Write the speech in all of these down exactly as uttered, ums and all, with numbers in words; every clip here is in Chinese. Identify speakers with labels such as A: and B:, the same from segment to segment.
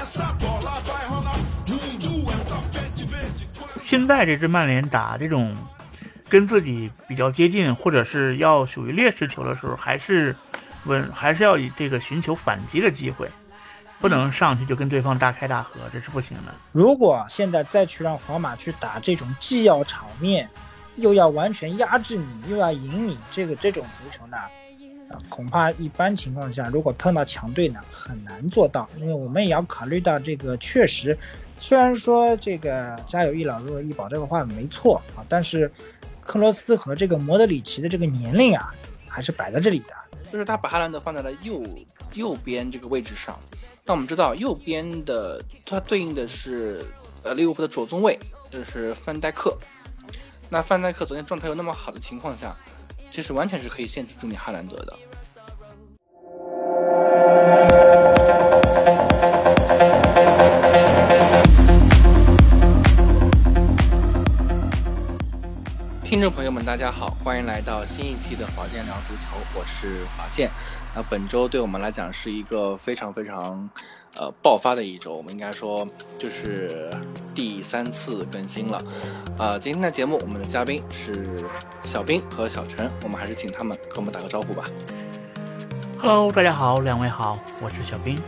A: 现在这支曼联打这种跟自己比较接近或者是要属于劣势球的时候，还是稳，还是要以这个寻求反击的机会，不能上去就跟对方大开大合，这是不行的。
B: 如果现在再去让皇马去打这种既要场面又要完全压制你又要赢你这个这种足球呢，呃、恐怕一般情况下如果碰到强队呢很难做到，因为我们也要考虑到这个确实虽然说这个家有一老如有一宝这个话没错啊，但是克罗斯和这个莫德里奇的这个年龄啊还是摆在这里的，
C: 就是他把哈兰德放在了右右边这个位置上。那我们知道右边的它对应的是呃利物浦的左中卫，就是范戴克。那范戴克昨天状态又那么好的情况下，其实完全是可以限制住你哈兰德的。听众朋友们大家好，欢迎来到新一期的华健聊足球，我是华健。那本周对我们来讲是一个非常非常呃爆发的一周，我们应该说就是第三次更新了。呃，今天的节目我们的嘉宾是小兵和小陈，我们还是请他们跟我们打个招呼吧。
A: Hello， 大家好，两位好，我是小兵。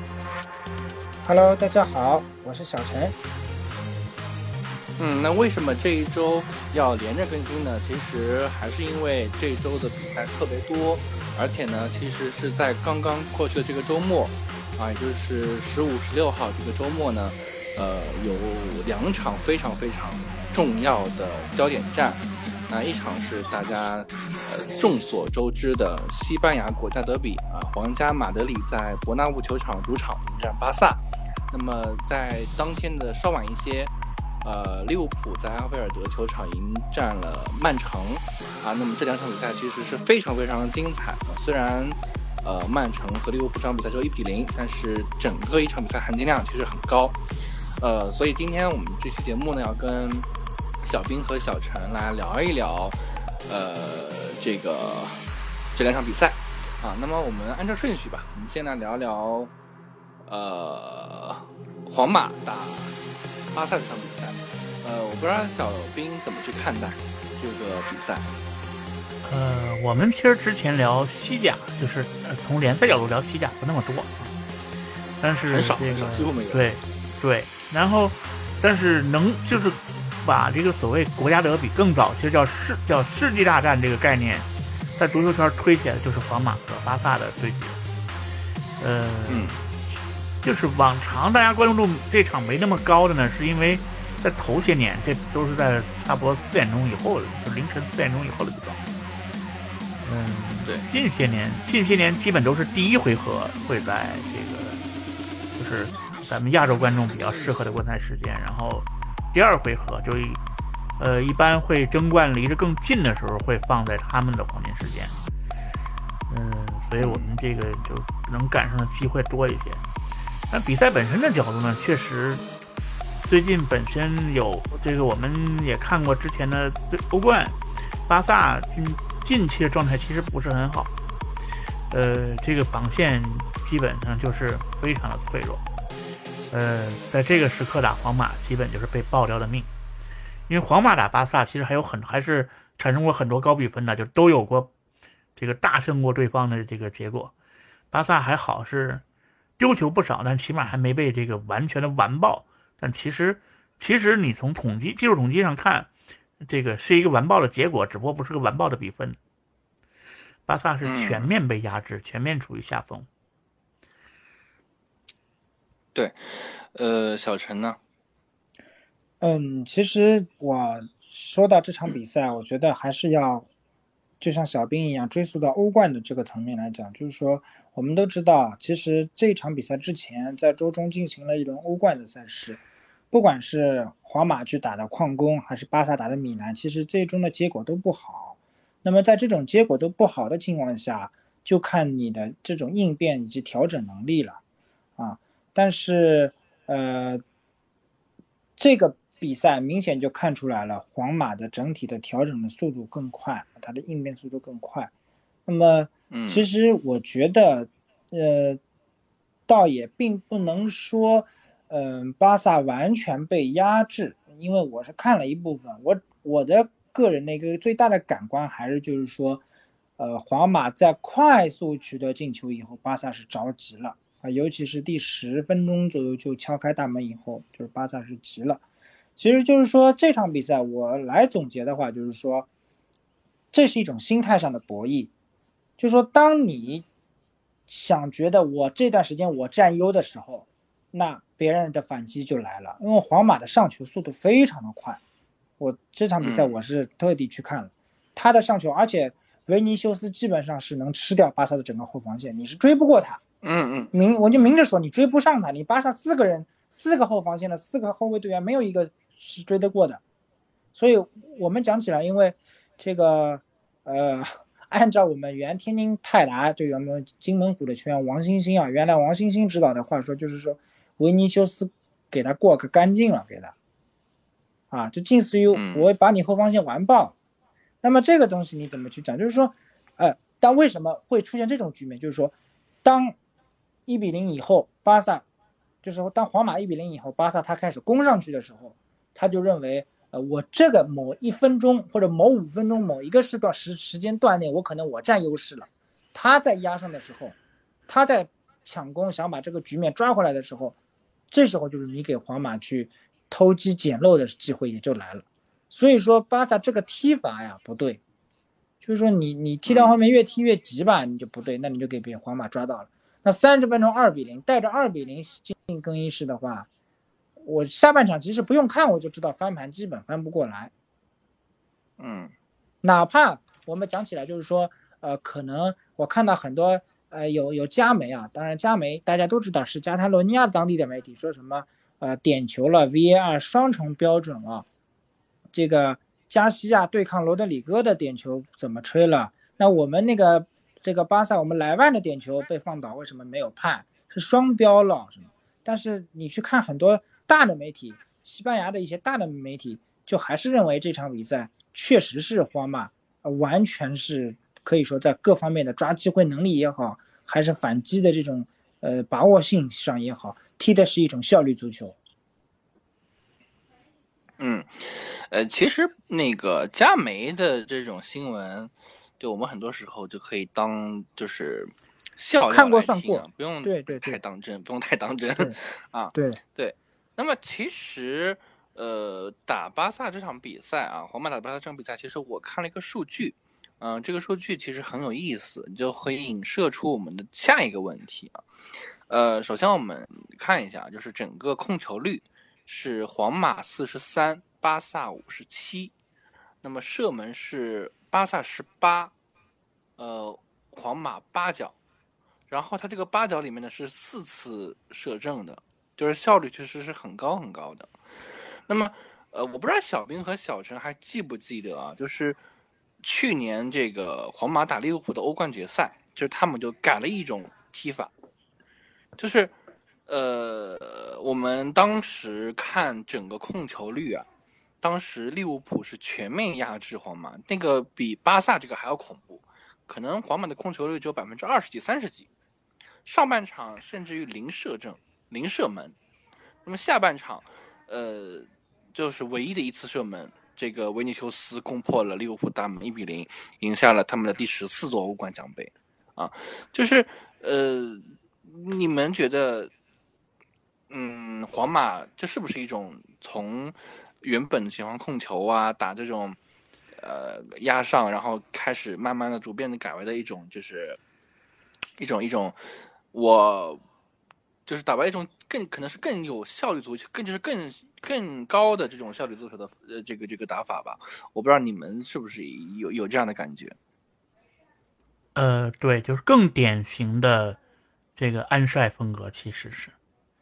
B: Hello， 大家好，我是小陈。
C: 嗯，那为什么这一周要连着更新呢？其实还是因为这一周的比赛特别多，而且呢，其实是在刚刚过去的这个周末啊，也就是十五、十六号这个周末呢，呃，有两场非常非常重要的焦点战。那一场是大家呃众所周知的西班牙国家德比啊，皇家马德里在伯纳乌球场主场迎战巴萨。那么在当天的稍晚一些。呃，利物浦在阿菲尔德球场迎战了曼城啊，那么这两场比赛其实是非常非常的精彩。虽然呃曼城和利物浦这场比赛只有一比零，但是整个一场比赛含金量其实很高。呃，所以今天我们这期节目呢，要跟小兵和小陈来聊一聊呃这个这两场比赛啊。那么我们按照顺序吧，我们先来聊聊呃皇马打巴萨这场比赛。呃，我不知道小兵怎么去看待这个比赛。
A: 呃，我们其实之前聊西甲，就是呃从联赛角度聊西甲不那么多，但是
C: 很少，
A: 这个
C: 几乎没有。
A: 对对，然后但是能就是把这个所谓国家德比更早，其实叫世叫世纪大战这个概念，在足球圈推起来就是皇马和巴萨的对决。呃，
C: 嗯，
A: 就是往常大家关注度这场没那么高的呢，是因为。在头些年，这都是在差不多四点钟以后的，就凌晨四点钟以后的比赛。嗯，
C: 对。
A: 近些年，近些年基本都是第一回合会在这个，就是咱们亚洲观众比较适合的观赛时间，然后第二回合就一，呃，一般会争冠离着更近的时候会放在他们的黄金时间。嗯，所以我们这个就能赶上的机会多一些。但比赛本身的角度呢，确实。最近本身有这个，我们也看过之前的欧冠，巴萨近近期的状态其实不是很好，呃，这个防线基本上就是非常的脆弱，呃，在这个时刻打皇马基本就是被爆掉的命，因为皇马打巴萨其实还有很还是产生过很多高比分的，就都有过这个大胜过对方的这个结果，巴萨还好是丢球不少，但起码还没被这个完全的完爆。但其实，其实你从统计技术统计上看，这个是一个完爆的结果，只不过不是个完爆的比分。巴萨是全面被压制，嗯、全面处于下风。
C: 对，呃，小陈呢？
B: 嗯，其实我说到这场比赛，我觉得还是要，就像小兵一样，追溯到欧冠的这个层面来讲，就是说，我们都知道，其实这场比赛之前，在周中进行了一轮欧冠的赛事。不管是皇马去打的矿工，还是巴萨打的米兰，其实最终的结果都不好。那么在这种结果都不好的情况下，就看你的这种应变以及调整能力了啊。但是呃，这个比赛明显就看出来了，皇马的整体的调整的速度更快，它的应变速度更快。那么其实我觉得呃倒也并不能说，嗯、呃，巴萨完全被压制，因为我是看了一部分，我我的个人的一个最大的感官还是就是说，呃，皇马在快速取得进球以后，巴萨是着急了啊，尤其是第十分钟左右就敲开大门以后，就是巴萨是急了。其实就是说这场比赛我来总结的话，就是说，这是一种心态上的博弈，就是说当你想觉得我这段时间我占优的时候，那别人的反击就来了，因为皇马的上球速度非常的快。我这场比赛我是特地去看了，嗯、他的上球，而且维尼修斯基本上是能吃掉巴萨的整个后防线，你是追不过他。
C: 嗯嗯，
B: 明我就明着说，你追不上他，你巴萨四个人，四个后防线的四个后卫队员没有一个是追得过的。所以我们讲起来，因为这个呃。按照我们原天津泰达就原本金门虎的球员王欣欣啊，原来王欣欣指导的话说，就是说维尼修斯给他过个干净了，给他啊，就近似于我把你后方线完爆。嗯、那么这个东西你怎么去讲？就是说，呃，但为什么会出现这种局面？就是说，当一比零以后，巴萨就是说当皇马一比零以后，巴萨他开始攻上去的时候，他就认为。呃，我这个某一分钟或者某五分钟某一个时段时时间段内，我可能我占优势了。他在压上的时候，他在抢攻想把这个局面抓回来的时候，这时候就是你给皇马去偷鸡捡漏的机会也就来了。所以说巴萨这个踢法呀不对，就是说你你踢到后面越踢越急吧，你就不对，那你就给别皇马抓到了。那三十分钟二比零，带着二比零进更衣室的话。我下半场其实不用看我就知道翻盘基本翻不过来，
C: 嗯，
B: 哪怕我们讲起来就是说，呃，可能我看到很多呃有有加媒啊，当然加媒大家都知道是加泰罗尼亚当地的媒体说什么呃点球了 V A R 双重标准了，这个加西亚对抗罗德里戈的点球怎么吹了？那我们那个这个巴萨我们莱万的点球被放倒，为什么没有判？是双标了什么？但是你去看很多。大的媒体，西班牙的一些大的媒体，就还是认为这场比赛确实是皇马，呃，完全是可以说在各方面的抓机会能力也好，还是反击的这种呃把握性上也好，踢的是一种效率足球。
C: 嗯，呃，其实那个加梅的这种新闻，对我们很多时候就可以当就是笑料来听、啊、
B: 看过算过，
C: 不用
B: 对对
C: 太当真，不用太当真啊。
B: 对
C: 对。那么其实，呃，打巴萨这场比赛啊，皇马打巴萨这场比赛，其实我看了一个数据，嗯、呃，这个数据其实很有意思，就会影射出我们的下一个问题啊。呃，首先我们看一下，就是整个控球率是皇马四十三，巴萨五十七，那么射门是巴萨十八，呃，皇马八脚，然后它这个八脚里面呢是四次射正的。就是效率确实是很高很高的。那么，呃，我不知道小兵和小陈还记不记得啊？就是去年这个皇马打利物浦的欧冠决赛，就是他们就改了一种踢法，就是呃，我们当时看整个控球率啊，当时利物浦是全面压制皇马，那个比巴萨这个还要恐怖，可能皇马的控球率只有百分之二十几、三十几，上半场甚至于零射正。零射门，那么下半场，呃，就是唯一的一次射门，这个维尼修斯攻破了利物浦大门，一比零赢下了他们的第十四座欧冠奖杯，啊，就是呃，你们觉得，嗯，皇马这是不是一种从原本喜欢控球啊，打这种呃压上，然后开始慢慢的逐渐的改为的一种，就是一种一种我。就是打败一种更可能是更有效率足球，更就是更更高的这种效率足球的呃这个这个打法吧。我不知道你们是不是有有这样的感觉？
A: 呃，对，就是更典型的这个安帅风格，其实是，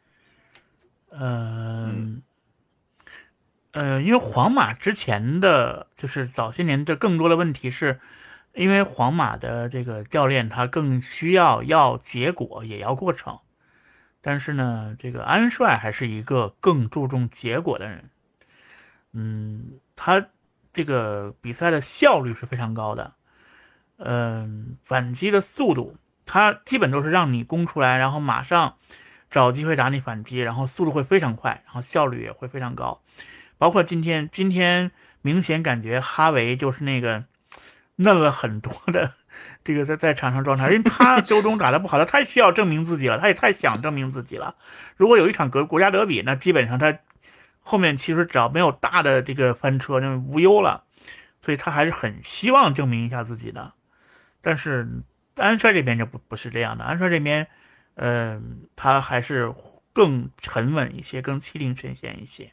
A: 呃、嗯，呃，因为皇马之前的就是早些年的更多的问题是，因为皇马的这个教练他更需要要结果也要过程。但是呢，这个安帅还是一个更注重结果的人。嗯，他这个比赛的效率是非常高的，嗯，反击的速度他基本都是让你攻出来，然后马上找机会打你反击，然后速度会非常快，然后效率也会非常高。包括今天，今天明显感觉哈维就是那个嫩了很多的这个在在场上状态，因为他周中打得不好，他太需要证明自己了，他也太想证明自己了。如果有一场国国家德比，那基本上他后面其实只要没有大的这个翻车，就无忧了。所以他还是很希望证明一下自己的。但是安帅这边就不不是这样的，安帅这边，嗯、呃，他还是更沉稳一些，更气定神闲一些。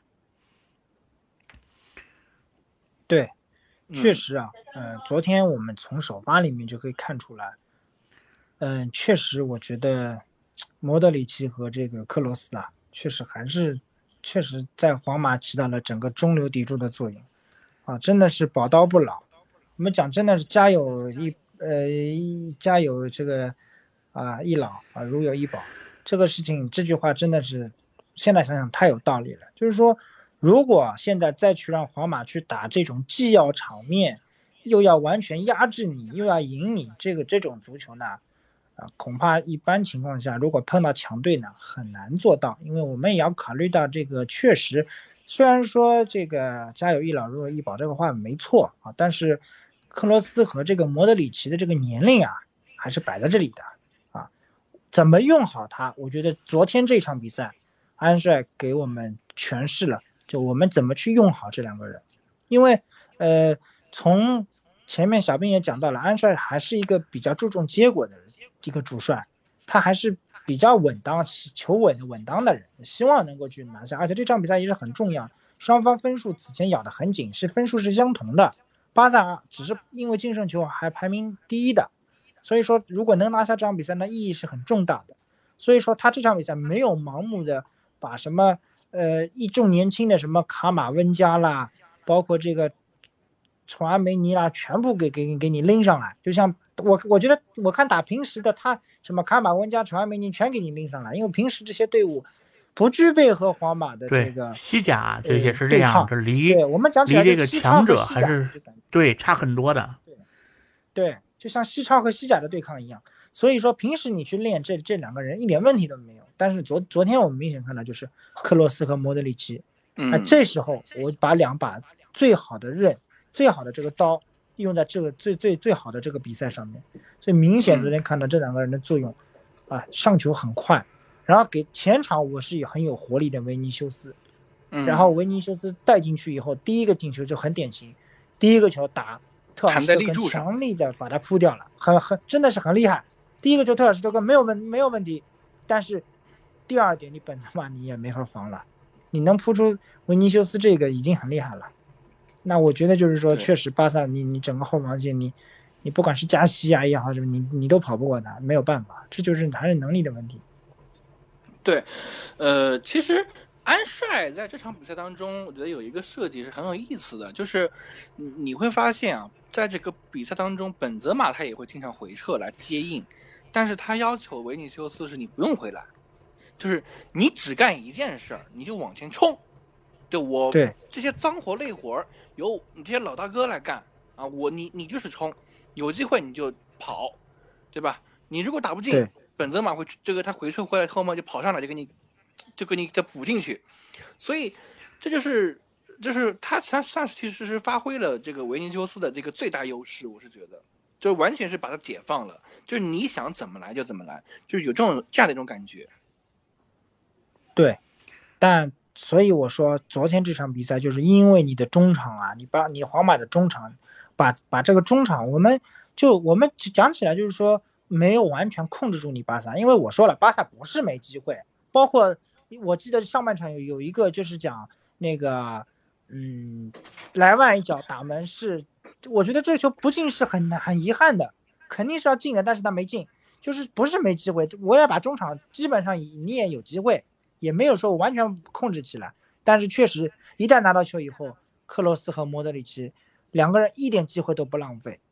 B: 对，确实啊，嗯、呃，昨天我们从首发里面就可以看出来，嗯、呃，确实我觉得莫德里奇和这个克罗斯啊，确实还是确实在皇马起到了整个中流砥柱的作用。啊，真的是宝刀不老。我们讲真的是家有一呃一家有这个啊一老啊如有一宝，这个事情这句话真的是现在想想太有道理了。就是说，如果现在再去让皇马去打这种既要场面，又要完全压制你，又要赢你这个这种足球呢，啊恐怕一般情况下如果碰到强队呢很难做到，因为我们也要考虑到这个确实。虽然说这个家有一老如有一宝这个话没错啊，但是克罗斯和这个莫德里奇的这个年龄啊，还是摆在这里的啊。怎么用好它？我觉得昨天这场比赛，安帅给我们诠释了，就我们怎么去用好这两个人。因为呃，从前面小兵也讲到了，安帅还是一个比较注重结果的一个主帅，他还是。比较稳当、求稳的稳当的人，希望能够去拿下，而且这场比赛也是很重要，双方分数此前咬得很紧，是分数是相同的。巴萨只是因为净胜球还排名第一的，所以说如果能拿下这场比赛呢，意义是很重大的。所以说他这场比赛没有盲目的把什么呃一众年轻的什么卡马温加啦，包括这个楚阿梅尼啦，全部给给给你拎上来，就像。我我觉得我看打平时的他什么卡马温加、楚阿梅尼全给你拎上来，因为平时这些队伍不具备和皇马的这个
A: 西甲就也是这样，这离
B: 对我们讲起来
A: 离这个强者还是对差很多的。
B: 对，对，就像西超和西甲的对抗一样。所以说平时你去练这这两个人一点问题都没有，但是昨昨天我们明显看到就是克罗斯和莫德里奇，
C: 嗯，
B: 那这时候我把两把最好的刃、最好的这个刀。用在这个最最最好的这个比赛上面，所以明显昨天看到这两个人的作用，啊，上球很快，然后给前场我是很有活力的维尼修斯，然后维尼修斯带进去以后，第一个进球就很典型，第一个球打特尔施特根强力的把他扑掉了，很很真的是很厉害。第一个球特尔施特根没有问没有问题，但是第二点你本泽马你也没法防了，你能扑出维尼修斯这个已经很厉害了。那我觉得就是说，确实巴萨你你整个后防线你你不管是加西亚也好什么，你你都跑不过他，没有办法，这就是还是能力的问题。
C: 对，呃，其实安帅在这场比赛当中，我觉得有一个设计是很有意思的，就是你会发现啊，在这个比赛当中，本泽马他也会经常回撤来接应，但是他要求维尼修斯是你不用回来，就是你只干一件事儿，你就往前冲。对我
B: 对
C: 这些脏活累活由你这些老大哥来干啊！我你你就是冲，有机会你就跑，对吧？你如果打不进，本泽马会这个他回撤回来后嘛，就跑上来就给你就给你再补进去，所以这就是就是他他算是其实是发挥了这个维尼修斯的这个最大优势，我是觉得就完全是把他解放了，就是你想怎么来就怎么来，就是有这种这样的一种感觉。
B: 对，但。所以我说，昨天这场比赛就是因为你的中场啊，你把你皇马的中场，把把这个中场，我们就我们讲起来就是说没有完全控制住你巴萨，因为我说了，巴萨不是没机会，包括我记得上半场有有一个就是讲那个，嗯，莱万一脚打门是，我觉得这个球不进是很很遗憾的，肯定是要进的，但是他没进，就是不是没机会，我也把中场基本上你也有机会。也没有说完全控制起来，但是确实一旦拿到球以后，克罗斯和莫德里奇两个人一点机会都不浪费，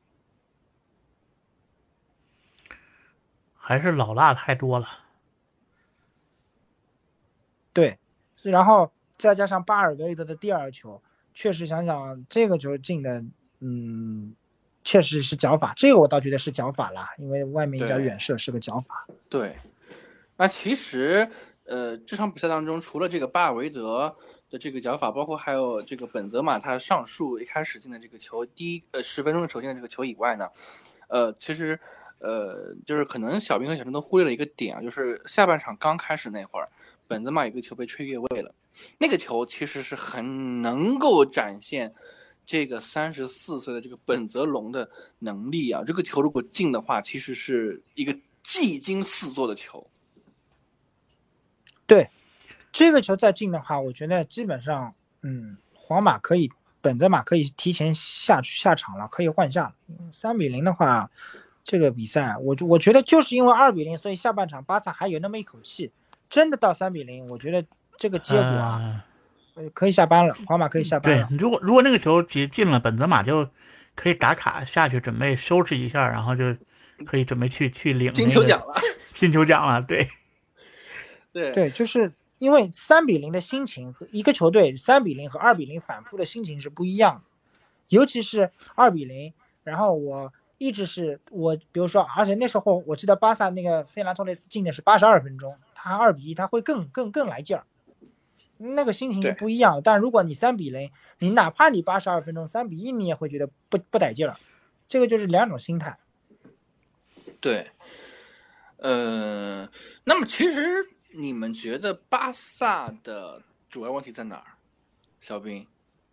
A: 还是老辣太多了。
B: 对，然后再加上巴尔格雷德的第二球，确实想想这个球进的，嗯， 确实是脚法，这个我倒觉得是脚法啦，因为外面一脚远射是个脚法。
C: 对，那其实呃这场比赛当中，除了这个巴尔维德的这个脚法，包括还有这个本泽马他上述一开始进的这个球，第一呃十分钟的球进的这个球以外呢，呃其实呃就是可能小兵和小陈都忽略了一个点啊，就是下半场刚开始那会儿，本泽马有个球被吹越位了，那个球其实是很能够展现这个三十四岁的这个本泽龙的能力啊，这个球如果进的话，其实是一个技惊四座的球。
B: 对，这个球再进的话，我觉得基本上，嗯，皇马可以，本泽马可以提前下去下场了，可以换下了。三比零的话，这个比赛，我我觉得就是因为二比零，所以下半场巴萨还有那么一口气。真的到三比零，我觉得这个结果啊。呃可以下班了，皇马可以下班了。
A: 对，如果如果那个球进进了，本泽马就可以打卡下去，准备收拾一下，然后就可以准备去去领
C: 金球奖了，
A: 金球奖了。对，
C: 对
B: 对，就是因为三比零的心情和一个球队三比零和二比零反扑的心情是不一样的，尤其是二比零，然后我一直是我，比如说，而且那时候我记得巴萨那个费兰托雷斯进的是八十二分钟，他二比一，他会更更更来劲儿。那个心情是不一样的，但如果你三比零，你哪怕你八十二分钟三比一，你也会觉得不不得劲儿，这个就是两种心态。
C: 对，呃，那么其实你们觉得巴萨的主要问题在哪儿？小兵？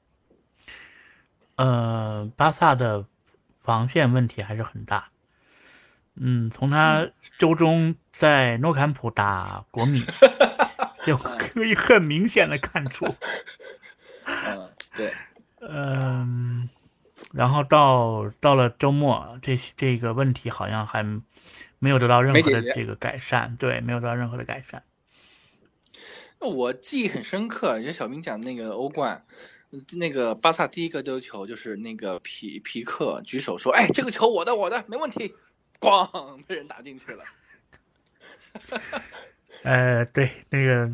A: 呃，巴萨的防线问题还是很大。嗯，从他周中在诺坎普打国米。就可以很明显的看出，
C: 嗯，对，
A: 嗯，然后到到了周末，这这个问题好像还没有得到任何的这个改善，对，没有得到任何的改善。
C: 我记忆很深刻，就小兵讲那个欧冠，那个巴萨第一个丢球就是那个皮皮克举手说：“哎，这个球我的，我的，没问题。”咣，被人打进去了。
A: 呃，对，那个，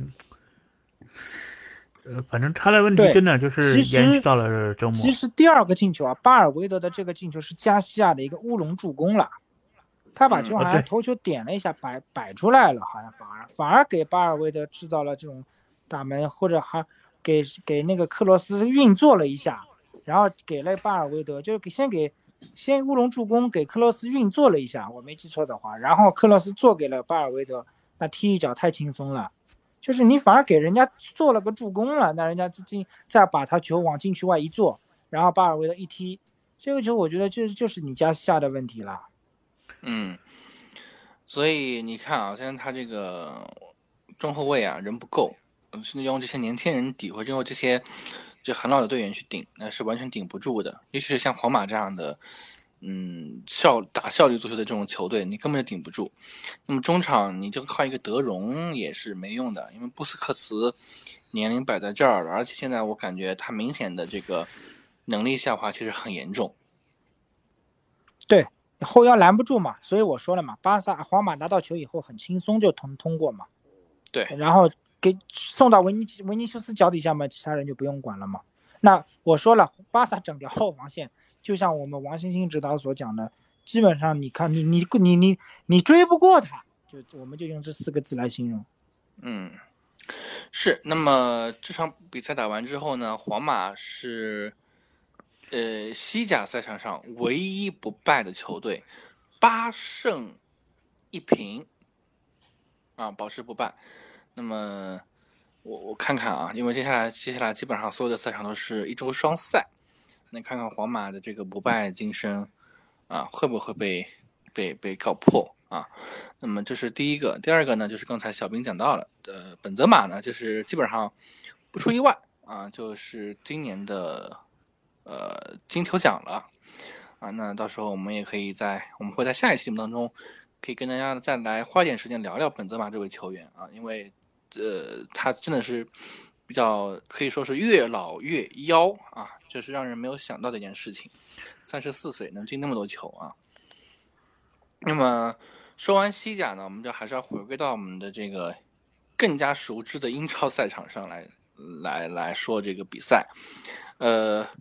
A: 呃，反正他的问题真的就是延续到了周末。
B: 其实第二个进球啊，巴尔维德的这个进球是加西亚的一个乌龙助攻了，他把球好像头球点了一下，摆摆出来了，好像反而反而给巴尔维德制造了这种打门，或者还给给那个克罗斯运作了一下，然后给了巴尔维德，就是给先给先乌龙助攻给克罗斯运作了一下，我没记错的话，然后克罗斯做给了巴尔维德。那踢一脚太轻松了，就是你反而给人家做了个助攻了，那人家进再把他球往禁区外一做，然后巴尔维德一踢，这个球我觉得就就是你加西亚的问题了。
C: 嗯，所以你看啊，现在他这个中后卫啊人不够，甚至用这些年轻人抵，或者用这些这很老的队员去顶，那是完全顶不住的。尤其是像皇马这样的。嗯，效打效率足球的这种球队，你根本就顶不住。那么中场你就靠一个德容也是没用的，因为布斯克茨年龄摆在这儿了，而且现在我感觉他明显的这个能力下滑其实很严重。
B: 对，后腰拦不住嘛，所以我说了嘛，巴萨皇马拿到球以后很轻松就通通过嘛。
C: 对，
B: 然后给送到维尼维尼修斯脚底下嘛，其他人就不用管了嘛。那我说了，巴萨整条后防线。就像我们王星星指导所讲的，基本上你看你你你你你追不过他，就我们就用这四个字来形容。
C: 嗯，是。那么这场比赛打完之后呢，皇马是呃西甲赛场上唯一不败的球队，八胜一平啊，保持不败。那么我我看看啊，因为接下来接下来基本上所有的赛场都是一周双赛。那看看皇马的这个不败金身啊，会不会被被被告破啊？那么这是第一个，第二个呢，就是刚才小兵讲到了，呃，本泽马呢，就是基本上不出意外啊，就是今年的呃金球奖了啊。那到时候我们也可以在我们会在下一期节目当中，可以跟大家再来花点时间聊聊本泽马这位球员啊，因为呃他真的是。比较可以说是越老越妖啊，这是让人没有想到的一件事情。三十四岁能进那么多球啊！那么说完西甲呢，我们就还是要回归到我们的这个更加熟知的英超赛场上来，来来说这个比赛。呃，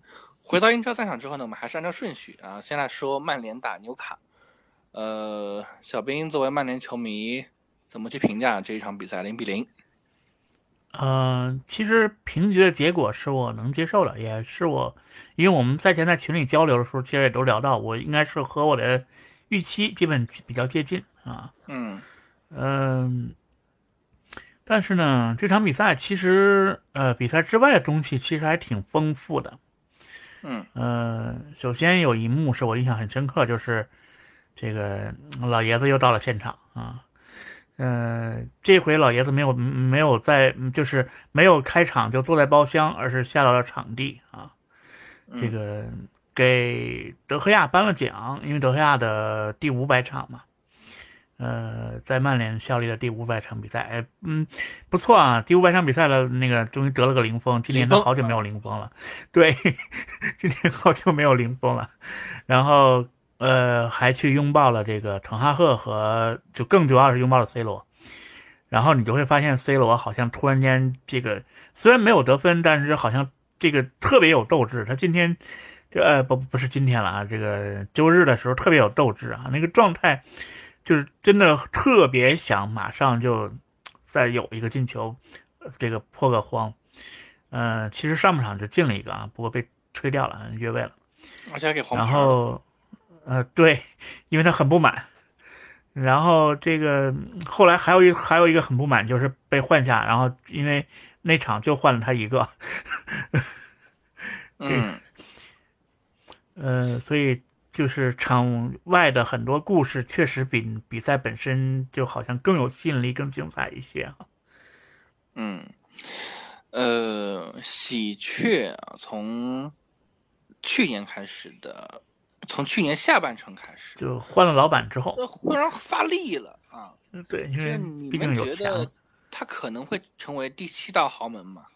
C: 回到英超赛场之后呢，我们还是按照顺序啊，先来说曼联打纽卡。呃，小兵作为曼联球迷，怎么去评价这一场比赛零比零？
A: 嗯、呃，其实平局的结果是我能接受的，也是我，因为我们赛前在群里交流的时候，其实也都聊到，我应该是和我的预期基本比较接近啊。
C: 嗯
A: 嗯、呃，但是呢，这场比赛其实呃，比赛之外的东西其实还挺丰富的。
C: 嗯
A: 呃，首先有一幕是我印象很深刻，就是这个老爷子又到了现场啊。呃，这回老爷子没有没有在，就是没有开场就坐在包厢，而是下到了场地啊。这个给德赫亚颁了奖，因为德赫亚的第五百场嘛，呃，在曼联效力的第五百场比赛，哎，嗯，不错啊，第五百场比赛了，那个终于得了个零封，今年他好久没有零封了，对，今年好久没有零封了，然后。呃，还去拥抱了这个滕哈赫和，就更主要是拥抱了 C 罗，然后你就会发现 C 罗好像突然间这个虽然没有得分，但是好像这个特别有斗志。他今天，这呃不不是今天了啊，这个周日的时候特别有斗志啊，那个状态就是真的特别想马上就再有一个进球，这个破个荒。呃，其实上半场就进了一个啊，不过被吹掉了，越位了，
C: 而且还给黄牌。
A: 然后。呃，对，因为他很不满，然后这个后来还有一还有一个很不满，就是被换下，然后因为那场就换了他一个，
C: 嗯，
A: 呃，所以就是场外的很多故事确实比比赛本身就好像更有吸引力、更精彩一些哈。
C: 嗯，呃，喜鹊啊，从去年开始的。从去年下半程开始，
A: 就换了老板之后，
C: 忽然发力了啊！
A: 对，因为毕竟有
C: 觉得他可能会成为第七道豪门吗？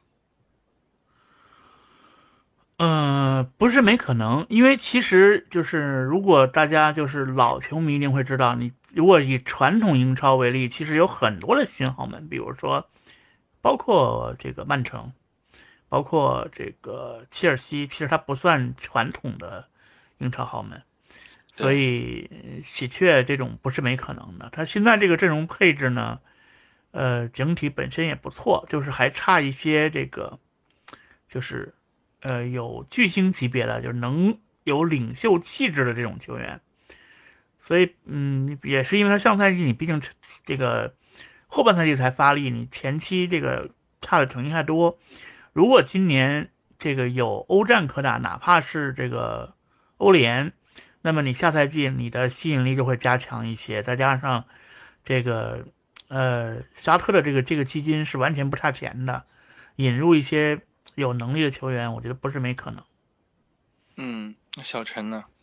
A: 嗯、呃，不是没可能，因为其实就是如果大家就是老球迷一定会知道，你如果以传统英超为例，其实有很多的新豪门，比如说包括这个曼城，包括这个切尔西，其实它不算传统的英超豪门，所以喜鹊这种不是没可能的。他现在这个阵容配置呢，呃，整体本身也不错，就是还差一些这个，就是呃有巨星级别的，就是能有领袖气质的这种球员。所以，嗯，也是因为他上赛季你毕竟这个后半赛季才发力，你前期这个差的成绩太多。如果今年这个有欧战可打，哪怕是这个欧联，那么你下赛季你的吸引力就会加强一些，再加上这个呃沙特的这个这个基金是完全不差钱的，引入一些有能力的球员，我觉得不是没可能。
C: 嗯，小陈呢？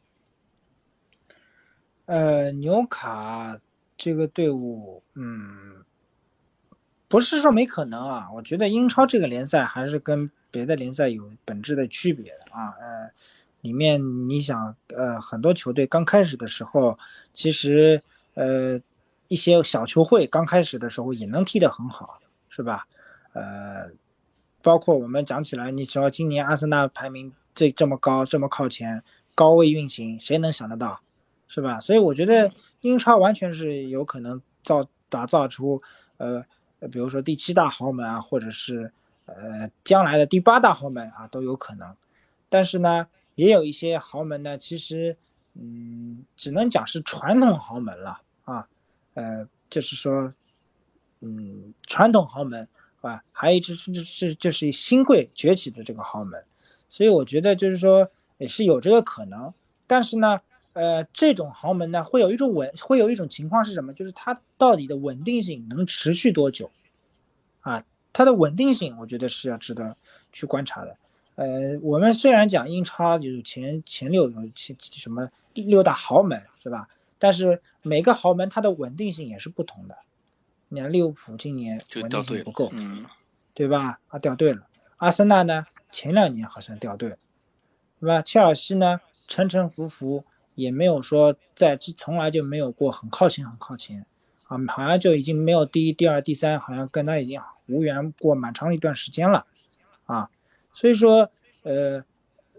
B: 呃，纽卡这个队伍，嗯，不是说没可能啊，我觉得英超这个联赛还是跟别的联赛有本质的区别的啊，呃。里面你想，呃，很多球队刚开始的时候，其实，呃，一些小球会刚开始的时候也能踢得很好，是吧？呃，包括我们讲起来，你只要今年阿森纳排名这这么高，这么靠前，高位运行，谁能想得到，是吧？所以我觉得英超完全是有可能造打造出，呃，比如说第七大豪门啊，或者是呃将来的第八大豪门啊，都有可能。但是呢，也有一些豪门呢，其实，嗯，只能讲是传统豪门了啊，呃，就是说，嗯，传统豪门啊，还有一支是是就是新贵崛起的这个豪门，所以我觉得就是说也是有这个可能，但是呢，呃，这种豪门呢，会有一种稳，会有一种情况是什么？就是它到底的稳定性能持续多久？啊，它的稳定性，我觉得是要值得去观察的。呃，我们虽然讲英超就是前前六有前什么六大豪门是吧？但是每个豪门它的稳定性也是不同的。你看利物浦今年稳定性不够，
C: 嗯，
B: 对吧？啊，掉队了。阿森纳呢，前两年好像掉队了，对吧？切尔西呢，沉沉浮浮，也没有说在从来就没有过很靠前很靠前啊，好像就已经没有第一、第二、第三，好像跟他已经无缘过蛮长一段时间了啊。所以说，呃，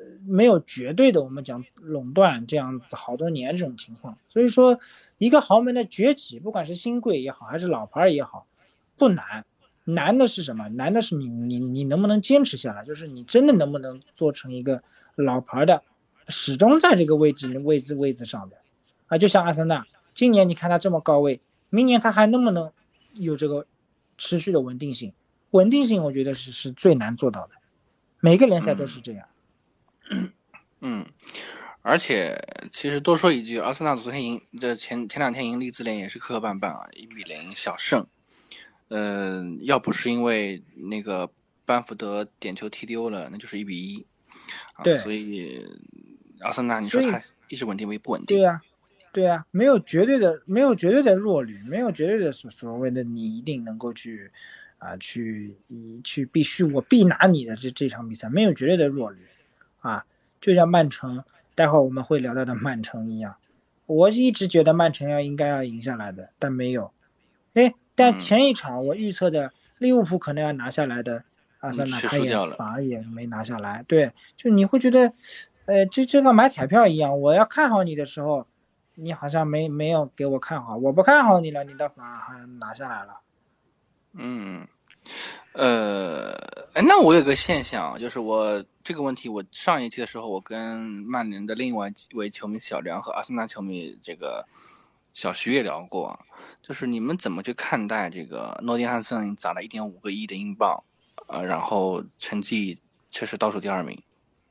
B: 没有绝对的我们讲垄断这样子好多年这种情况。所以说，一个豪门的崛起，不管是新贵也好，还是老牌也好，不难。难的是什么？难的是你你你能不能坚持下来？就是你真的能不能做成一个老牌的，始终在这个位置位置位置上的啊？就像阿森纳，今年你看他这么高位，明年他还能不能有这个持续的稳定性？稳定性我觉得是是最难做到的，每个联赛都是这样。
C: 嗯，嗯而且其实多说一句，阿森纳昨天赢，这前前两天赢利兹联也是磕磕绊绊啊，一比零小胜。嗯、呃，要不是因为那个班福德点球踢丢了，那就是一比一啊。
B: 对，
C: 所以阿森纳，你说他一直稳定为不稳定？
B: 对呀、啊，对呀、啊，没有绝对的，没有绝对的弱旅，没有绝对的所所谓的你一定能够去啊、呃、去去必须我必拿你的这这场比赛，没有绝对的弱旅啊。就像曼城，待会儿我们会聊到的曼城一样，我一直觉得曼城要应该要赢下来的，但没有。哎。但前一场我预测的利物浦可能要拿下来的，阿森纳他也反而也没拿下来。对，就你会觉得，呃，就这个买彩票一样，我要看好你的时候，你好像没没有给我看好；我不看好你了，你倒反而还拿下来了。
C: 嗯，呃，哎，那我有个现象，就是我这个问题，我上一期的时候，我跟曼联的另外一位球迷小梁和阿森纳球迷这个小徐也聊过。就是你们怎么去看待这个诺丁汉森砸了一点五个亿的英镑，呃，然后成绩却是倒数第二名？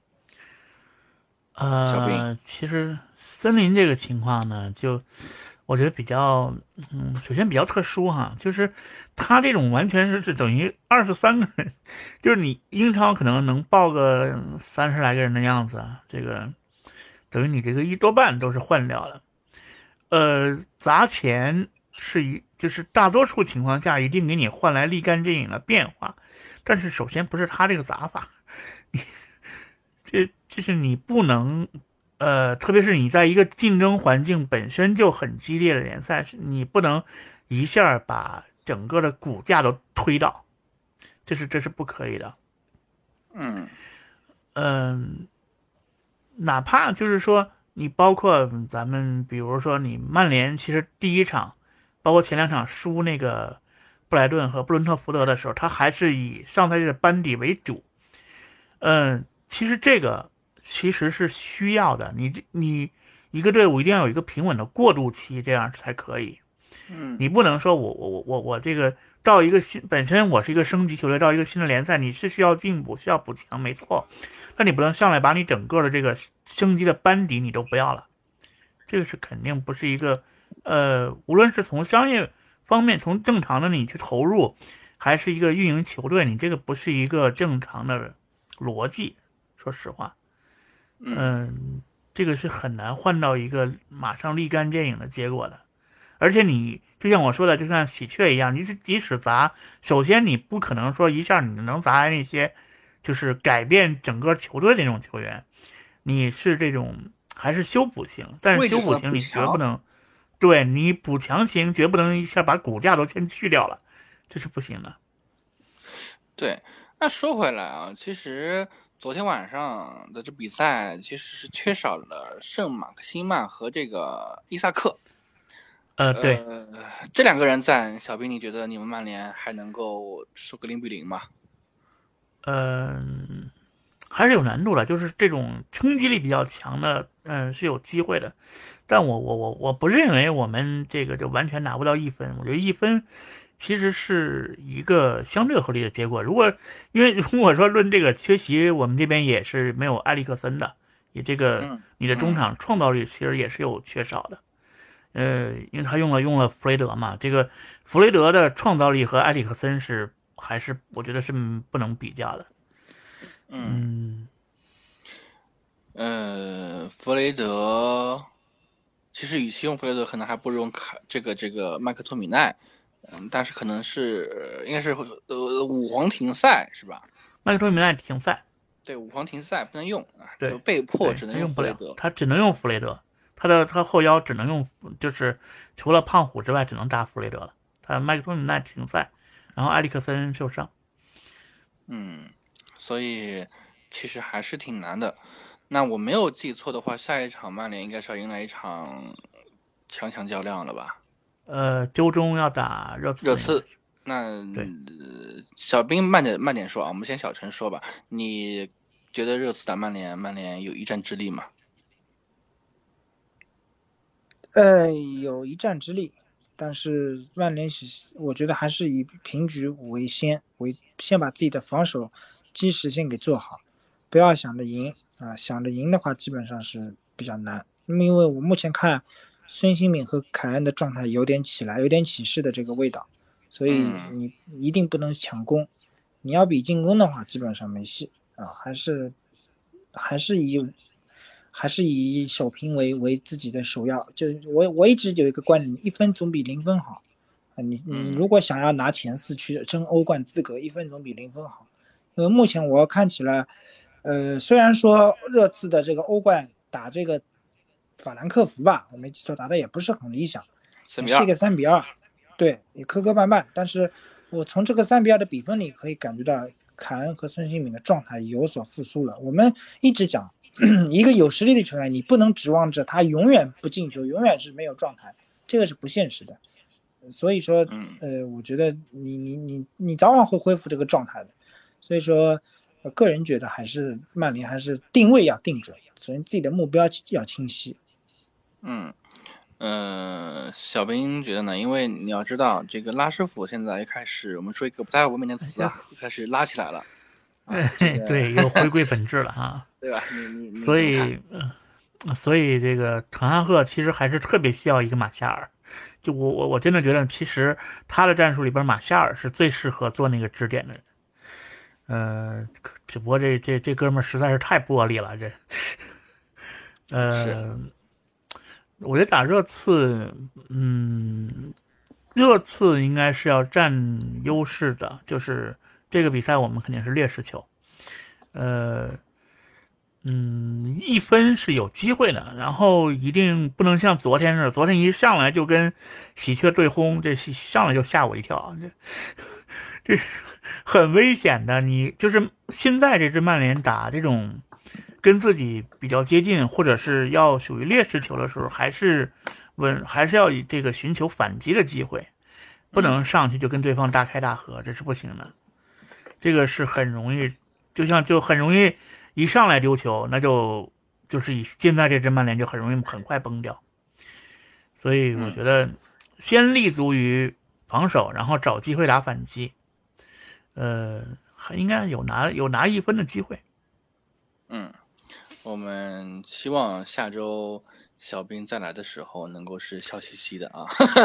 A: 呃，其实森林这个情况呢，就我觉得比较，嗯，首先比较特殊哈，就是他这种完全是是等于二十三个人，就是你英超可能能报个三十来个人的样子，这个等于你这个一多半都是换掉了，呃，砸钱。是一，就是大多数情况下一定给你换来立竿见影的变化，但是首先不是他这个砸法，你这就是你不能，呃，特别是你在一个竞争环境本身就很激烈的联赛，你不能一下把整个的股价都推倒，这是这是不可以的。
C: 嗯
A: 嗯，哪怕就是说你包括咱们，比如说你曼联，其实第一场。包括前两场输那个布莱顿和布伦特福德的时候，他还是以上赛季的班底为主。嗯，其实这个其实是需要的，你你一个队伍一定要有一个平稳的过渡期，这样才可以。
C: 嗯，
A: 你不能说我我我我这个到一个新，本身我是一个升级球队，到一个新的联赛，你是需要进步，需要补强，没错。但你不能上来把你整个的这个升级的班底你都不要了，这个是肯定不是一个。呃，无论是从商业方面，从正常的你去投入，还是一个运营球队，你这个不是一个正常的逻辑。说实话，嗯、呃，这个是很难换到一个马上立竿见影的结果的。而且你就像我说的，就像喜鹊一样，你即使砸，首先你不可能说一下你能砸来那些就是改变整个球队的那种球员，你是这种还是修补型，但是修补型你绝不能。对，你补强型绝不能一下把股价都先去掉了，这是不行的。
C: 对，那说回来啊，其实昨天晚上的这比赛其实是缺少了圣马克辛曼和这个伊萨克。
A: 呃，对，
C: 呃，这两个人在，小兵，你觉得你们曼联还能够收个零比零吗？
A: 嗯、呃，还是有难度的，就是这种冲击力比较强的，嗯、呃，是有机会的。但我我我我不认为我们这个就完全拿不到一分，我觉得一分其实是一个相对合理的结果。如果因为如果说论这个缺席，我们这边也是没有埃里克森的，也这个你的中场创造力其实也是有缺少的。呃，因为他用了用了弗雷德嘛，这个弗雷德的创造力和埃里克森是还是我觉得是不能比较的。嗯，
C: 呃，弗雷德。其实与其用弗雷德，可能还不如用卡这个这个麦克托米奈，嗯，但是可能是应该是呃五黄停赛是吧？
A: 麦克托米奈停赛，
C: 对，五黄停赛不能用啊，
A: 对，
C: 被迫只能
A: 用
C: 弗雷德，
A: 他只能用弗雷德，他的他后腰只能用，就是除了胖虎之外，只能打弗雷德了。他麦克托米奈停赛，然后埃里克森受伤，
C: 嗯，所以其实还是挺难的。 那我没有记错的话，下一场曼联应该是要迎来一场强强较量了吧？
A: 呃，周中要打热刺。
C: 热刺，那
A: 对、
C: 呃、小兵慢点慢点说啊，我们先小陈说吧。你觉得热刺打曼联，曼联有一战之力吗？
B: 呃，有一战之力，但是曼联是我觉得还是以平局为先，为先把自己的防守基石先给做好，不要想着赢啊，想着赢的话基本上是比较难。因为我目前看孙兴慜和凯恩的状态有点起来，有点起势的这个味道，所以你一定不能抢攻，你要比进攻的话基本上没戏啊，还是还是以。还是以守平为为自己的首要，就是我我一直有一个观点，一分总比零分好啊！你你如果想要拿前四区争欧冠资格，一分总比零分好。因为目前我看起来，呃，虽然说热刺的这个欧冠打这个法兰克福吧，我没记错，打的也不是很理想，也是一个三比二，对，也磕磕绊绊。但是我从这个三比二的比分里可以感觉到，凯恩和孙兴慜的状态有所复苏了。我们一直讲。一个有实力的球员，你不能指望着他永远不进球，永远是没有状态，这个是不现实的。所以说，呃，我觉得你你你你早晚会恢复这个状态的。所以说，呃、个人觉得还是曼联还是定位要定准，首先自己的目标要清晰。
C: 嗯，呃，小兵觉得呢？因为你要知道，这个拉师傅现在开始，我们说一个不太文明的词啊，开始拉起来了。
A: 啊这个、对，又回归本质了哈，
C: 对吧？你你你
A: 所以，呃，所以这个滕哈赫其实还是特别需要一个马夏尔。就我我我真的觉得，其实他的战术里边，马夏尔是最适合做那个支点的人。呃，只不过这这这哥们儿实在是太玻璃了，这。呃，我觉得打热刺，嗯，热刺应该是要占优势的，就是这个比赛我们肯定是劣势球。呃，嗯，一分是有机会的，然后一定不能像昨天似的，昨天一上来就跟喜鹊对轰，这上来就吓我一跳，这这很危险的。你就是现在这支曼联打这种跟自己比较接近，或者是要属于劣势球的时候，还是稳，还是要以这个寻求反击的机会，不能上去就跟对方大开大合，这是不行的。这个是很容易，就像就很容易一上来丢球，那就就是以现在这支曼联就很容易很快崩掉。所以我觉得先立足于防守，然后找机会打反击，呃，还应该有拿有拿一分的机会。
C: 嗯，我们希望下周小兵再来的时候能够是笑嘻嘻的啊，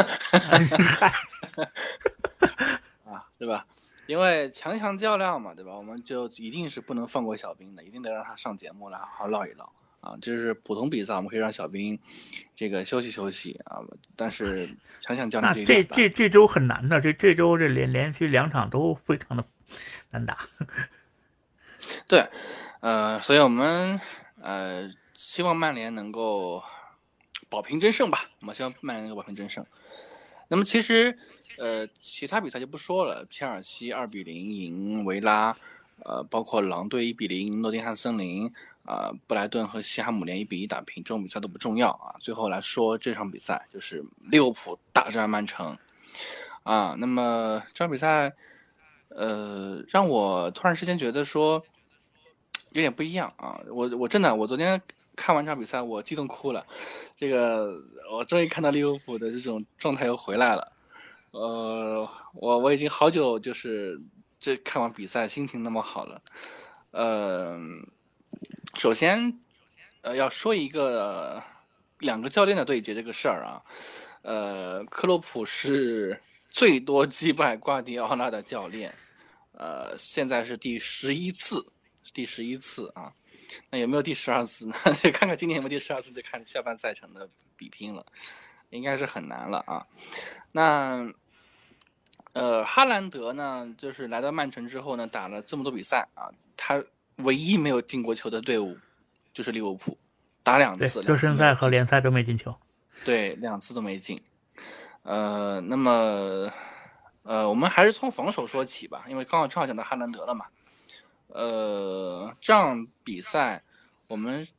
C: 啊，对吧？因为强强较量嘛，对吧？我们就一定是不能放过小兵的，一定得让他上节目来好好唠一唠啊。就是普通比赛，我们可以让小兵这个休息休息啊，但是强强较量
A: 这这这这周很难的，这这周这连连续两场都非常的难打。
C: 对，呃，所以我们呃希望曼联能够保平争胜吧，我们希望曼联能够保平争胜。那么其实。呃，其他比赛就不说了，切尔西二比零赢维拉，呃，包括狼队一比零赢诺丁汉森林，啊、呃，布莱顿和西汉姆联一比一打平，这种比赛都不重要啊。最后来说这场比赛就是利物浦大战曼城，啊，那么这场比赛，呃，让我突然之间觉得说有点不一样啊。我我真的我昨天看完这场比赛，我激动哭了，这个我终于看到利物浦的这种状态又回来了。呃，我我已经好久就是这看完比赛心情那么好了。呃，首先呃要说一个两个教练的对决这个事儿啊，呃，克洛普是最多击败瓜迪奥拉的教练，呃，现在是第十一次，第十一次啊。那有没有第十二次呢？就看看今年有没有第十二次，就看下半赛程的比拼了，应该是很难了啊。那。呃，哈兰德呢，就是来到曼城之后呢，打了这么多比赛啊，他唯一没有进过球的队伍就是利物浦，打两次，
A: 热身赛和联赛都没进球，
C: 对，两次都没进。呃，那么呃，我们还是从防守说起吧，因为刚好正好讲到哈兰德了嘛。呃，这样比赛我们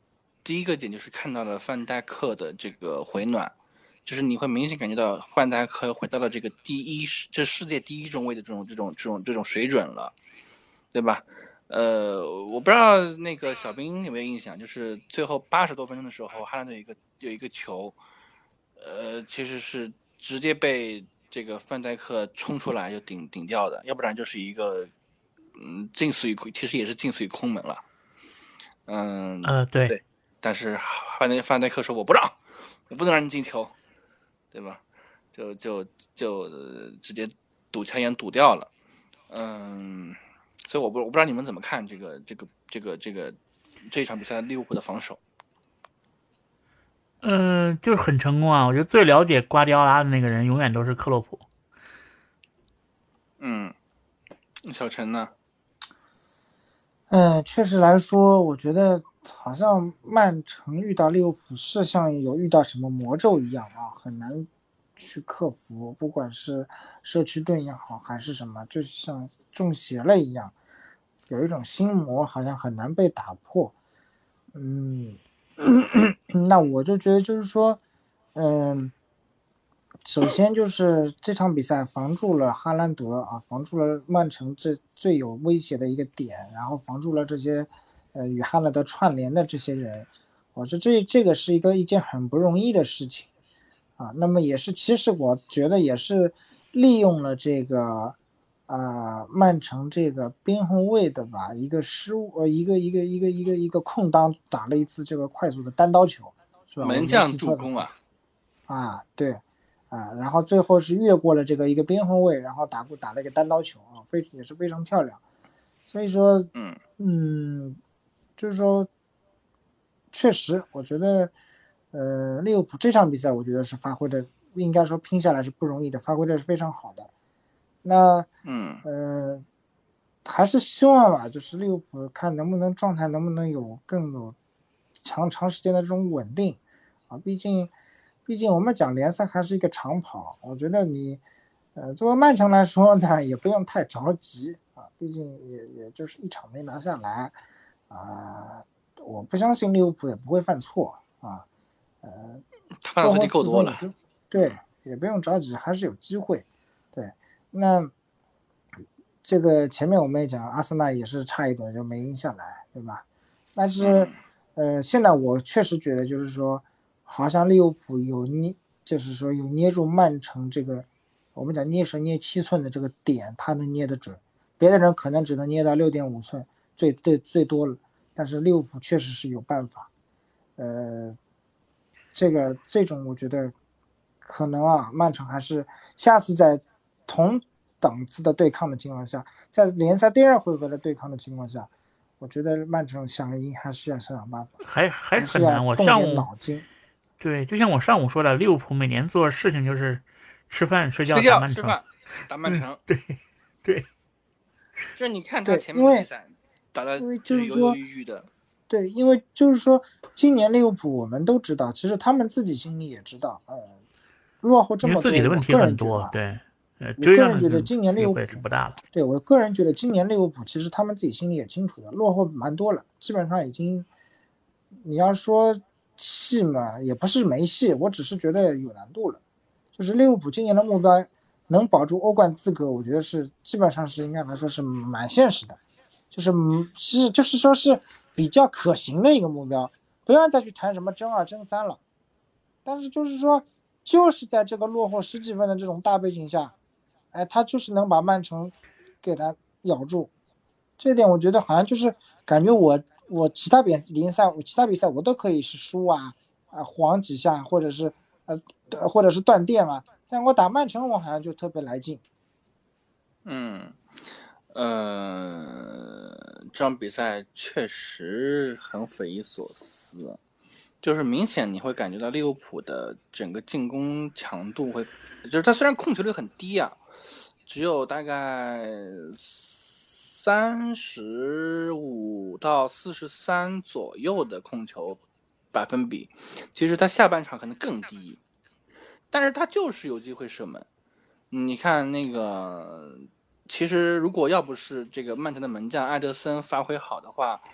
C: 第一个点就是看到了范戴克的这个回暖，就是你会明显感觉到范戴克回到了这个第一，这世界第一中卫的这种这种这种这种水准了，对吧？呃，我不知道那个小兵有没有印象，就是最后八十多分钟的时候，哈兰德有一个有一个球，呃，其实是直接被这个范戴克冲出来就顶顶掉的，要不然就是一个嗯近似于其实也是近似于空门了。嗯，
A: 呃，对，
C: 对，但是范戴范戴克说我不让，我不能让你进球，对吧？就就就、呃、直接堵枪眼堵掉了。嗯，所以我不我不知道你们怎么看这个这个这个这个这一场比赛利物浦的防守。
A: 嗯、呃，就是很成功啊！我觉得最了解瓜迪奥拉的那个人永远都是克洛普。
C: 嗯，小陈呢？
B: 嗯，确实来说，我觉得好像曼城遇到利物浦是像有遇到什么魔咒一样啊，很难去克服，不管是社区盾也好，还是什么，就像中邪了一样，有一种心魔好像很难被打破。嗯，那我就觉得就是说，嗯。首先就是这场比赛防住了哈兰德啊，防住了曼城这最有威胁的一个点，然后防住了这些，呃，与哈兰德串联的这些人，我觉得这这个是一个一件很不容易的事情，啊，那么也是其实我觉得也是利用了这个，啊，曼城这个边后卫的吧一个失误，呃，一个一个一个一个一个空当打了一次这个快速的单刀球，是吧？
C: 门将助攻啊！
B: 啊，对。啊，然后最后是越过了这个一个边后卫，然后打过打了一个单刀球啊，非也是非常漂亮。所以说，
C: 嗯
B: 嗯，就是说，确实，我觉得，呃，利物浦这场比赛，我觉得是发挥的，应该说拼下来是不容易的，发挥的是非常好的。那，
C: 嗯
B: 呃，还是希望吧，就是利物浦看能不能状态能不能有更有长长时间的这种稳定啊，毕竟。毕竟我们讲联赛还是一个长跑，我觉得你，呃，作为曼城来说呢，也不用太着急啊，毕竟也也就是一场没拿下来，啊，我不相信利物浦也不会犯错啊，呃，
C: 他犯的错题够多了，
B: 对，也不用着急，还是有机会，对，那这个前面我们也讲，阿森纳也是差一点就没赢下来，对吧？但是，呃，现在我确实觉得就是说。好像利物浦有捏，就是说有捏住曼城这个，我们讲捏神捏七寸的这个点，他能捏得准，别的人可能只能捏到六点五寸，最最最多了，但是利物浦确实是有办法，呃，这个这种我觉得可能啊，曼城还是下次在同档次的对抗的情况下，在联赛第二回合的对抗的情况下，我觉得曼城想赢还是要想想办法，
A: 还还
B: 是
A: 很难。我上午
B: 脑筋。
A: 对，就像我上午说的，利物浦每年做事情就是吃饭、睡觉、
C: 睡觉、
A: 打曼城，
C: 吃饭、打曼城。
A: 嗯、对，对，
C: 就是你看他前面的比赛打的
B: 就是
C: 犹犹豫豫的。
B: 对，因为就是说，今年利物浦我们都知道，其实他们自己心里也知道，呃，落后这么多，
A: 自己的问题很多，对，呃，
B: 我个人觉得今年利物浦
A: 是不大了。
B: 对我个人觉得今年利物浦其实他们自己心里也清楚的，落后蛮多了，基本上已经，你要说。戏嘛也不是没戏，我只是觉得有难度了。就是利物浦今年的目标能保住欧冠资格，我觉得是基本上是应该来说是蛮现实的，就是其实就是说是比较可行的一个目标，不要再去谈什么争二争三了。但是就是说，就是在这个落后十几分的这种大背景下，哎，他就是能把曼城给他咬住，这点我觉得好像就是感觉我。我其他比联赛，我其他比赛我都可以是输啊，啊晃几下，或者是呃，或者是断电啊。但我打曼城，我好像就特别来劲。
C: 嗯，呃，这场比赛确实很匪夷所思，就是明显你会感觉到利物浦的整个进攻强度会，就是他虽然控球率很低啊，只有大概。三十五到四十三左右的控球百分比，其实他下半场可能更低，但是他就是有机会射门。你看那个，其实如果要不是这个曼城的门将艾德森发挥好的话，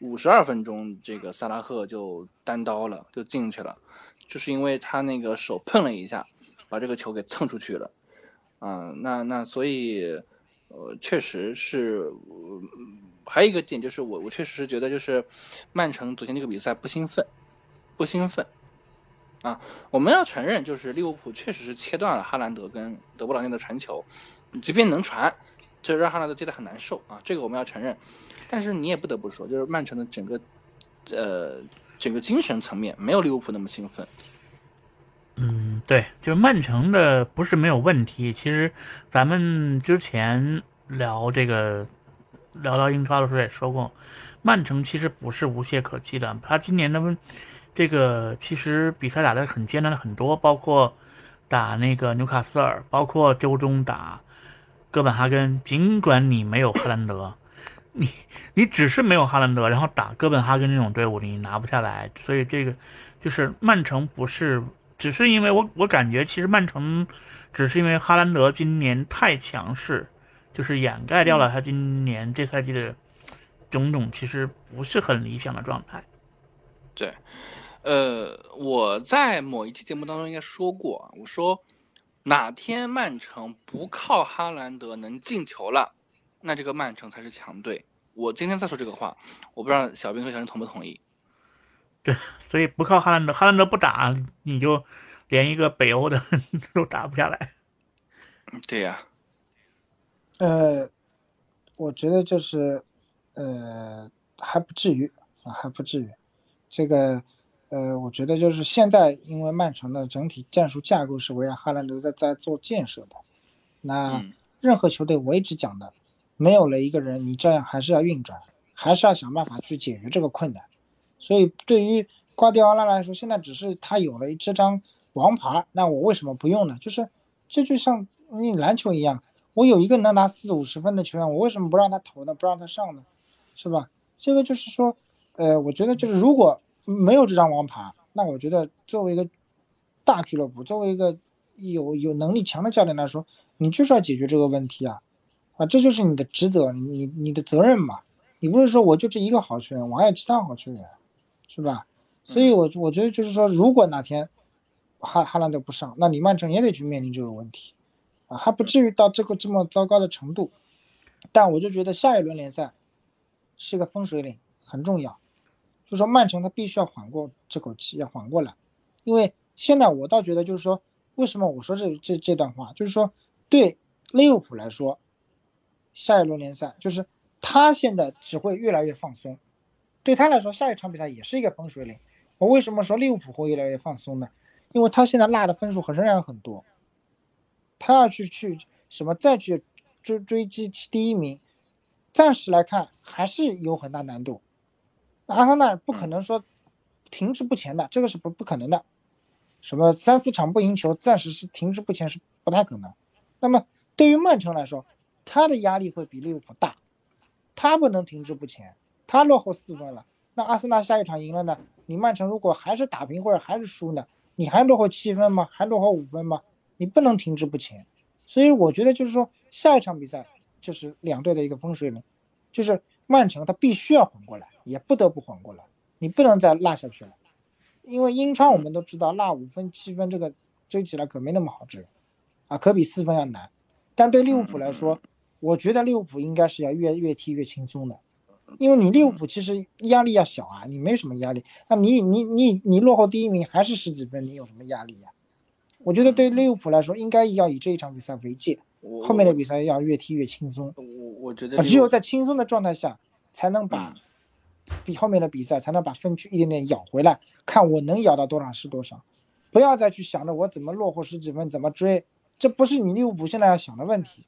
C: 五十二分钟这个萨拉赫就单刀了，就进去了，就是因为他那个手碰了一下，把这个球给蹭出去了。啊、呃，那那所以，呃，确实是、呃，还有一个点就是我我确实是觉得就是曼城昨天这个比赛不兴奋，不兴奋。啊，我们要承认，就是利物浦确实是切断了哈兰德跟德布劳内的传球，即便能传，这让哈兰德接得很难受啊，这个我们要承认。但是你也不得不说，就是曼城的整个，呃，整个精神层面没有利物浦那么兴奋。
A: 嗯，对，就是曼城的不是没有问题。其实咱们之前聊这个聊到英超的时候也说过，曼城其实不是无懈可击的，他今年的问。这个其实比赛打得很艰难的很多，包括打那个纽卡斯尔，包括周中打哥本哈根。尽管你没有哈兰德，你你只是没有哈兰德，然后打哥本哈根这种队伍你拿不下来。所以这个就是曼城不是，只是因为我我感觉其实曼城只是因为哈兰德今年太强势，就是掩盖掉了他今年这赛季的种种其实不是很理想的状态。
C: 对。呃，我在某一期节目当中应该说过，我说哪天曼城不靠哈兰德能进球了，那这个曼城才是强队。我今天再说这个话，我不知道小兵和小陈同不同意。
A: 对，所以不靠哈兰德，哈兰德不打，你就连一个北欧的都打不下来。
C: 对呀、
B: 啊。呃，我觉得就是呃还不至于啊，还不至于。这个呃，我觉得就是现在，因为曼城的整体战术架构是围绕哈兰德在在做建设的。那任何球队我一直讲的，没有了一个人，你这样还是要运转，还是要想办法去解决这个困难。所以对于瓜迪奥拉来说，现在只是他有了这张王牌，那我为什么不用呢？就是这就像你篮球一样，我有一个能拿四五十分的球员，我为什么不让他投呢？不让他上呢？是吧？这个就是说，呃，我觉得就是如果没有这张王牌，那我觉得作为一个大俱乐部，作为一个有有能力强的教练来说，你就是要解决这个问题啊，啊，这就是你的职责，你你你的责任嘛。你不是说我就这一个好球员，我还有其他好球员，是吧？所以我我觉得就是说，如果哪天哈哈兰德不上，那你曼城也得去面临这个问题啊，还不至于到这个这么糟糕的程度。但我就觉得下一轮联赛是个分水岭，很重要。就是说曼城他必须要缓过这口气，要缓过来。因为现在我倒觉得就是说，为什么我说这这这段话，就是说对利物浦来说，下一轮联赛就是他现在只会越来越放松，对他来说下一场比赛也是一个分水岭。我为什么说利物浦会越来越放松呢？因为他现在落的分数仍然很多，他要去去什么再去追追击第一名，暂时来看还是有很大难度。阿森纳不可能说停滞不前的，这个是不不可能的。什么三四场不赢球，暂时是停滞不前是不太可能。那么对于曼城来说，他的压力会比利物浦大，他不能停滞不前，他落后四分了。那阿森纳下一场赢了呢？你曼城如果还是打平或者还是输呢？你还落后七分吗？还落后五分吗？你不能停滞不前。所以我觉得就是说，下一场比赛就是两队的一个分水岭，就是曼城他必须要缓过来，也不得不缓过来，你不能再落下去了。因为英超我们都知道，落五分七分这个追起来可没那么好追啊，可比四分要难。但对利物浦来说，我觉得利物浦应该是要越越踢越轻松的，因为你利物浦其实压力要小啊，你没什么压力。那你你你你落后第一名还是十几分，你有什么压力呀、啊？我觉得对利物浦来说，应该要以这一场比赛为戒，后面的比赛要越踢越轻松。
C: 我我觉得
B: 只有在轻松的状态下，才能把比后面的比赛才能把分区一点点咬回来，看我能咬到多少是多少，不要再去想着我怎么落后十几分怎么追，这不是你利物浦现在要想的问题。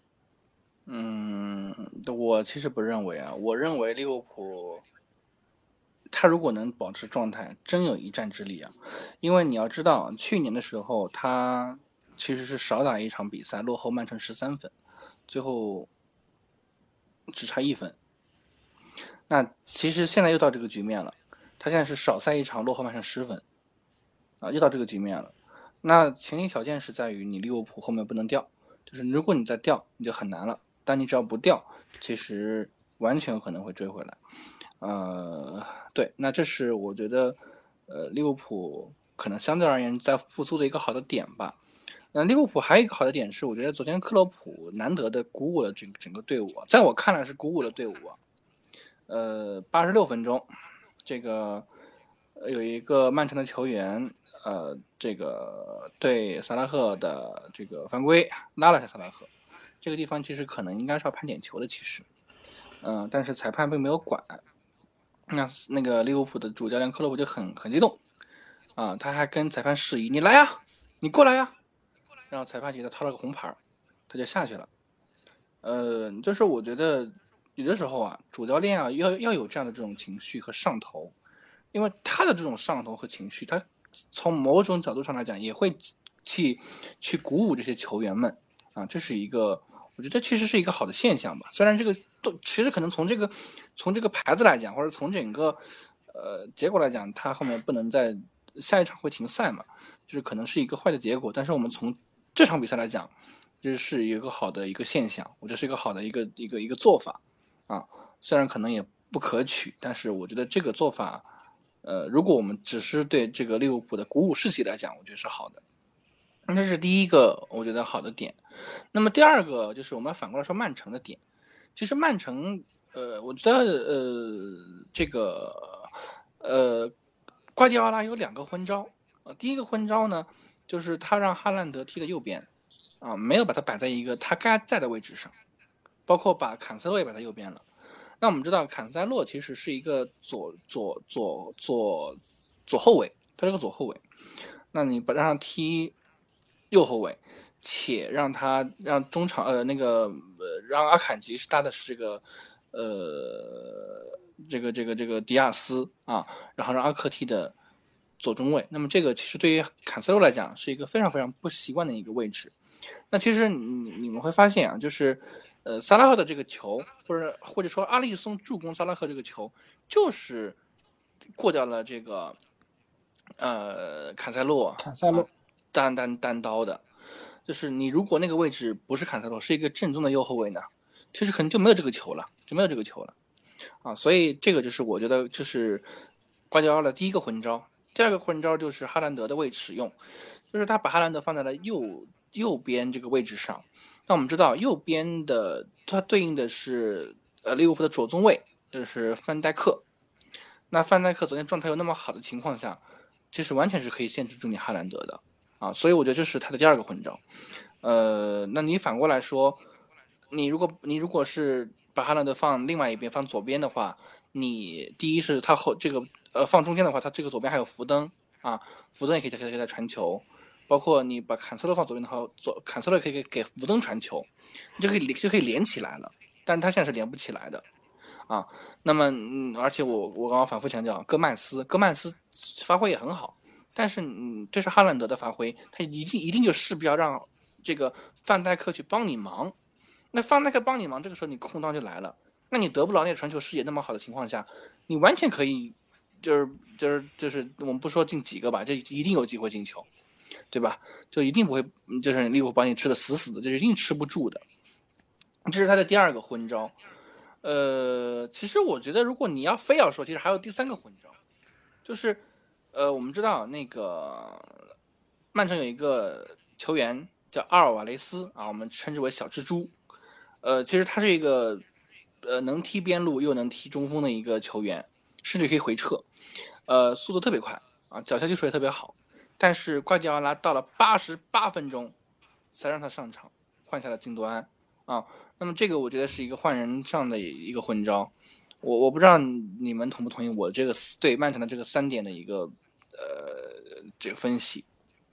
C: 嗯，我其实不认为啊，我认为利物浦他如果能保持状态，真有一战之力啊！因为你要知道，去年的时候他其实是少打一场比赛，落后曼城十三分，最后只差一分。那其实现在又到这个局面了，他现在是少赛一场，落后曼城十分，啊，又到这个局面了。那前提条件是在于你利物浦后面不能掉，就是如果你再掉，你就很难了。但你只要不掉，其实完全有可能会追回来。 呃，对，那这是我觉得，呃，利物浦可能相对而言在复苏的一个好的点吧。那利物浦还有一个好的点是，我觉得昨天克洛普难得的鼓舞了整整个队伍，在我看来是鼓舞了队伍。呃，八十六分钟，这个有一个曼城的球员，呃，这个对萨拉赫的这个犯规拉了下萨拉赫，这个地方其实可能应该是要判点球的，其实，嗯、呃，但是裁判并没有管。那那个利物浦的主教练克洛普就很很激动啊，他还跟裁判示意：“你来呀，你过来呀。”然后裁判给他掏了个红牌，他就下去了。呃，就是我觉得有的时候啊，主教练啊要要有这样的这种情绪和上头，因为他的这种上头和情绪，他从某种角度上来讲也会去去鼓舞这些球员们啊，这是一个我觉得其实是一个好的现象吧。虽然这个其实可能从这个从这个牌子来讲，或者从整个呃结果来讲，他后面不能在下一场会停赛嘛，就是可能是一个坏的结果。但是我们从这场比赛来讲，这是一个好的一个现象，我觉得是一个好的一个一个一个做法啊。虽然可能也不可取，但是我觉得这个做法，呃，如果我们只是对这个利物浦的鼓舞士气来讲，我觉得是好的。那这是第一个我觉得好的点。那么第二个就是我们反过来说曼城的点。其实曼城，呃，我觉得呃这个呃瓜迪奥拉有两个昏招啊、呃。第一个昏招呢，就是他让哈兰德踢的右边。啊，没有把他摆在一个他该在的位置上，包括把坎塞洛也摆在右边了。那我们知道坎塞洛其实是一个左左左左左后卫，他是个左后卫。那你把让他踢右后卫，且让他让中场呃那个呃让阿坎吉是搭的是这个呃这个这个这个迪亚斯啊，然后让阿克踢的左中卫。那么这个其实对于坎塞洛来讲是一个非常非常不习惯的一个位置。那其实你你们会发现啊，就是呃萨拉赫的这个球，或者或者说阿利松助攻萨拉赫这个球，就是过掉了这个呃坎塞洛，
B: 坎塞洛、
C: 啊、单单单刀的。就是你如果那个位置不是坎塞洛，是一个正宗的右后卫呢，其实可能就没有这个球了，就没有这个球了啊。所以这个就是我觉得就是瓜迪奥拉的第一个昏招。第二个昏招就是哈兰德的位置使用，就是他把哈兰德放在了右。右边这个位置上，那我们知道右边的它对应的是呃利物浦的左中卫，就是范戴克。那范戴克昨天状态又那么好的情况下，其实完全是可以限制住你哈兰德的啊，所以我觉得这是他的第二个昏招。呃，那你反过来说，你如果你如果是把哈兰德放另外一边，放左边的话，你第一是他后这个呃放中间的话，他这个左边还有福登啊，福登也可以给他给他传球。包括你把坎塞洛放左边的话，左坎塞洛可以给给福登传球，你就可以就可以连起来了。但是他现在是连不起来的，啊，那么嗯，而且我我刚刚反复强调，戈麦斯戈麦斯发挥也很好，但是嗯，对上哈兰德的发挥，他一定一定就势必要让这个范戴克去帮你忙。那范戴克帮你忙，这个时候你空当就来了，那你得不到那个传球视野那么好的情况下，你完全可以就是就是就是我们不说进几个吧，就一定有机会进球。对吧？就一定不会，就是利物浦把你吃的死死的，就一定吃不住的。这是他的第二个昏招。呃，其实我觉得，如果你要非要说，其实还有第三个昏招，就是呃，我们知道那个曼城有一个球员叫阿尔瓦雷斯啊，我们称之为小蜘蛛。呃，其实他是一个呃能踢边路又能踢中锋的一个球员，甚至可以回撤，呃，速度特别快啊，脚下技术也特别好。但是瓜迪奥拉到了八十八分钟才让他上场，换下了金多安啊。那么这个我觉得是一个换人上的一个昏招。我我不知道你们同不同意我这个对曼城的这个三点的一个呃这个分析。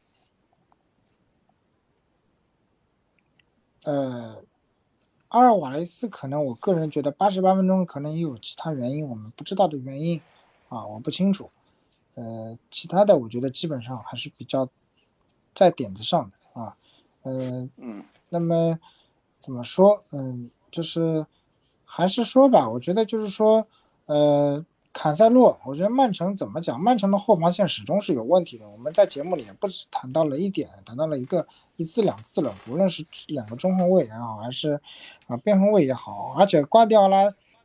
B: 呃，阿尔瓦雷斯可能我个人觉得八十八分钟可能也有其他原因，我们不知道的原因啊，我不清楚。呃，其他的我觉得基本上还是比较在点子上的啊，呃，
C: 嗯，
B: 那么怎么说？嗯，就是还是说吧，我觉得就是说，呃，坎塞洛，我觉得曼城怎么讲？曼城的后防线始终是有问题的。我们在节目里也不止谈到了一点，谈到了一个一次两次了，无论是两个中后卫也好，还是啊边后卫也好，而且瓜迪奥拉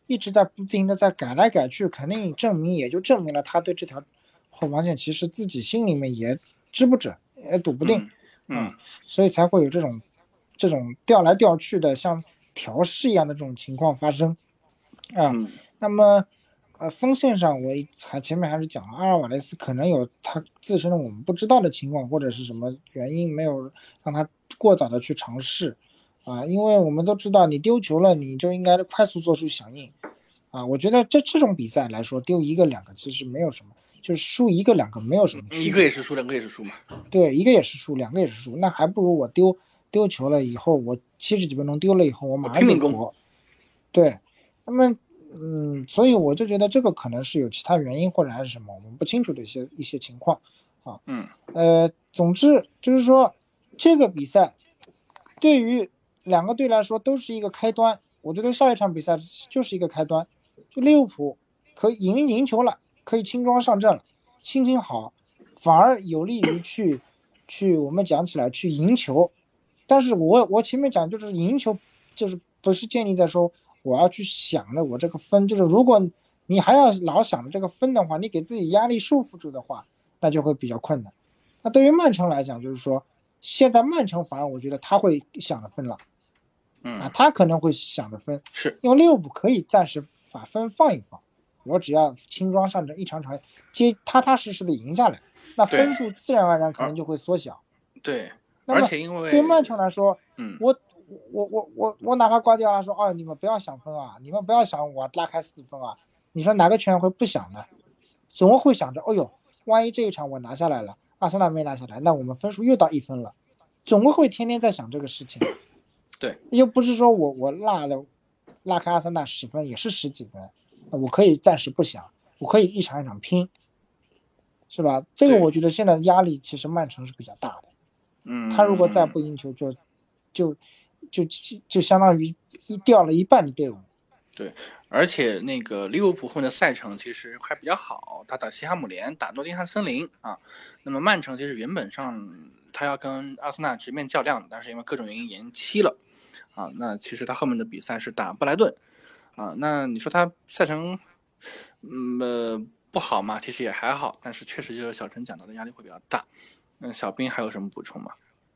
B: 一直在不停的在改来改去，肯定证明也就证明了他对这条后防线其实自己心里面也知不准，也笃不定，
C: 嗯，
B: 啊，所以才会有这种这种调来调去的像调试一样的这种情况发生，啊，
C: 嗯、
B: 那么呃锋线上我还前面还是讲了，阿尔瓦雷斯可能有他自身的我们不知道的情况，或者是什么原因没有让他过早的去尝试。啊，因为我们都知道，你丢球了，你就应该快速做出响应，啊，我觉得这这种比赛来说，丢一个两个其实没有什么，就是输一个两个没有什么区别，
C: 一个也是输，两个也是输嘛。
B: 对，一个也是输，两个也是输，那还不如我丢丢球了以后，我七十几分钟丢了以后，我马上
C: 拼命攻。
B: 对，那么嗯，所以我就觉得这个可能是有其他原因或者还是什么，我们不清楚的一些一些情况啊。
C: 嗯，
B: 呃，总之就是说这个比赛对于两个队来说都是一个开端，我觉得下一场比赛就是一个开端，就利物浦可以赢赢球了，可以轻装上阵了，心情好，反而有利于去去我们讲起来去赢球。但是我我前面讲就是赢球，就是不是建立在说我要去想着我这个分，就是如果你还要老想着这个分的话，你给自己压力束缚住的话，那就会比较困难。那对于曼城来讲，就是说现在曼城反而我觉得他会想着分了。啊，他可能会想着分，
C: 是
B: 因为利物浦可以暂时把分放一放，我只要轻装上阵，一场场接踏踏实实的赢下来，那分数自然而然可能就会缩小。
C: 对，
B: 而
C: 且因为
B: 对曼城来说，
C: 嗯，
B: 我我我我我哪怕瓜迪奥拉说，哦，你们不要想分啊，你们不要想我拉开四分啊，你说哪个球员会不想呢？总会想着，哦呦，万一这一场我拿下来了，阿森纳没拿下来，那我们分数又到一分了，总会会天天在想这个事情。
C: 对，
B: 又不是说我我落了拉开阿森纳十分也是十几分，我可以暂时不想，我可以一场一场拼，是吧？这个我觉得现在压力其实曼城是比较大的，
C: 嗯，
B: 他如果再不赢球就就就就就相当于一掉了一半的队伍。
C: 对，而且那个利物浦后面的赛程其实还比较好，他打西汉姆联，打诺丁汉森林啊。那么曼城其实原本上他要跟阿森纳直面较量的，但是因为各种原因延期了。啊，那其实他后面的比赛是打布莱顿，啊，那你说他赛程，嗯呃不好嘛？其实也还好，但是确实就是小陈讲到的压力会比较大。嗯，小兵还有什么补充吗？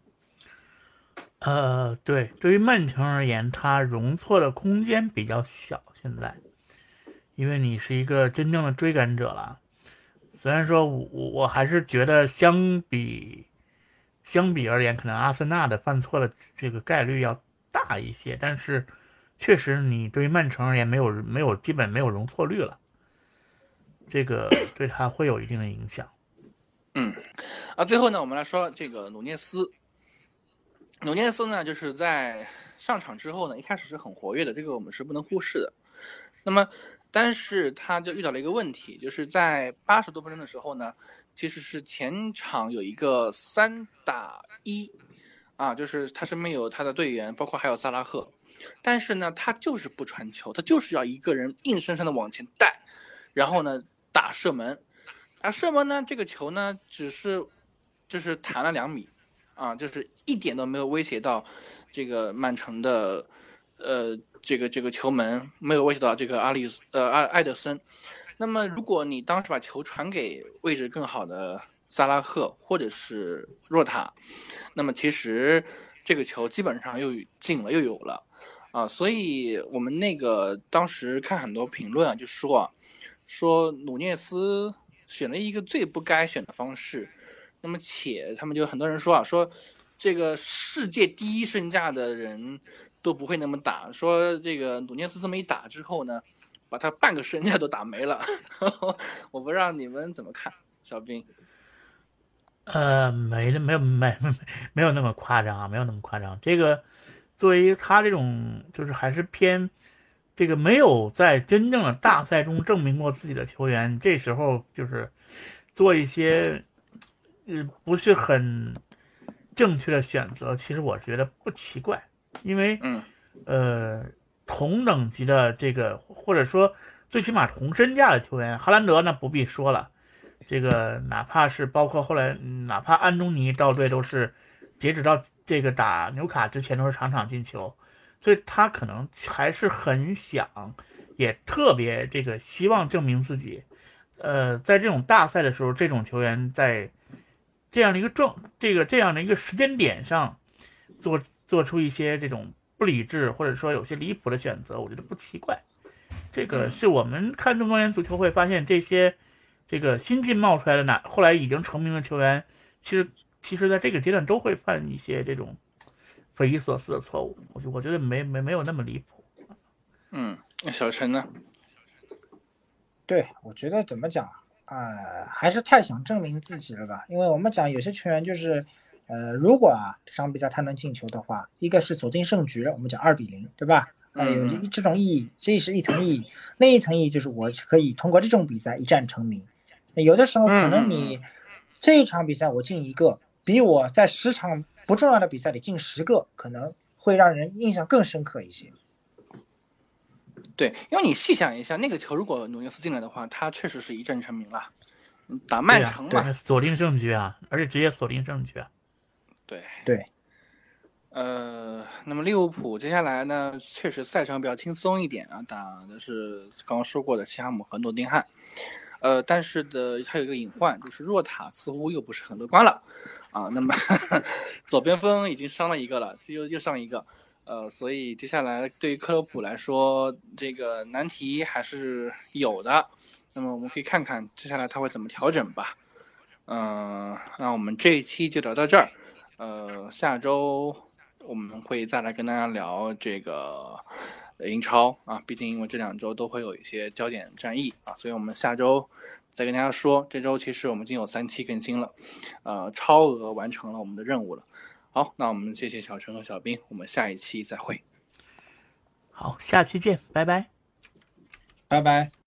A: 呃，对，对于曼城而言，他容错的空间比较小，现在，因为你是一个真正的追赶者了。虽然说我我还是觉得相比相比而言，可能阿森纳的犯错的这个概率要大一些，但是确实你对于曼城而言没有没有基本没有容错率了，这个对他会有一定的影响。
C: 嗯，啊，最后呢，我们来说这个努涅斯。努涅斯呢，就是在上场之后呢，一开始是很活跃的，这个我们是不能忽视的。那么，但是他就遇到了一个问题，就是在八十多分钟的时候呢，其实是前场有一个三打一。啊，就是他身边有他的队员，包括还有萨拉赫，但是呢，他就是不传球，他就是要一个人硬生生的往前带，然后呢打射门，打射门呢，这个球呢只是就是弹了两米，啊，就是一点都没有威胁到这个曼城的呃这个这个球门，没有威胁到这个阿里呃艾艾德森。那么如果你当时把球传给位置更好的萨拉赫或者是若塔，那么其实这个球基本上又进了又有了啊，所以我们那个当时看很多评论啊，就说啊，说努涅斯选了一个最不该选的方式，那么且他们就很多人说啊，说这个世界第一身价的人都不会那么打，说这个努涅斯这么一打之后呢，把他半个身价都打没了。我不知道你们怎么看，小兵。
A: 呃，没没有没没没有那么夸张啊，没有那么夸张。这个作为他这种就是还是偏这个没有在真正的大赛中证明过自己的球员，这时候就是做一些呃不是很正确的选择，其实我觉得不奇怪，因为
C: 嗯
A: 呃同等级的这个或者说最起码同身价的球员，哈兰德那不必说了。这个哪怕是包括后来，哪怕安东尼到队都是，截止到这个打纽卡之前都是场场进球，所以他可能还是很想也特别这个希望证明自己。呃，在这种大赛的时候，这种球员在这样的一个状这个这样的一个时间点上做做出一些这种不理智或者说有些离谱的选择，我觉得不奇怪。这个是我们看这么多年足球会发现，这些这个新晋冒出来的哪后来已经成名的球员，其实其实在这个阶段都会犯一些这种匪夷所思的错误。我我觉得没没没有那么离谱。
C: 嗯，那小陈呢？
B: 对，我觉得怎么讲啊、呃，还是太想证明自己了吧？因为我们讲有些球员就是，呃，如果啊这场比赛他能进球的话，一个是锁定胜局，我们讲二比零，对吧？啊、呃，有一这种意义，这是一层意义。另一层意义就是我可以通过这种比赛一战成名。有的时候可能你这一场比赛我进一个，比我在十场不重要的比赛里进十个，可能会让人印象更深刻一些。
C: 对，因为你细想一下，那个球如果努涅斯进来的话，他确实是一战成名了，打曼城嘛，
A: 对啊、锁定胜局啊，而且直接锁定胜局啊。
C: 对
B: 对，
C: 呃，那么利物浦接下来呢，确实赛程比较轻松一点啊，打的是刚刚说过的西汉姆和诺丁汉，呃，但是的，它有一个隐患，就是若塔似乎又不是很乐观了啊。那么呵呵左边锋已经伤了一个了，又又上一个。呃，所以接下来对于克洛普来说，这个难题还是有的。那么我们可以看看接下来他会怎么调整吧。嗯、呃，那我们这一期就聊到这儿。呃，下周我们会再来跟大家聊这个英超啊，毕竟因为这两周都会有一些焦点战役啊，所以我们下周再跟大家说，这周其实我们已经有三期更新了，呃，超额完成了我们的任务了。好，那我们谢谢小陈和小兵，我们下一期再会。
A: 好，下期见，拜拜，
B: 拜拜。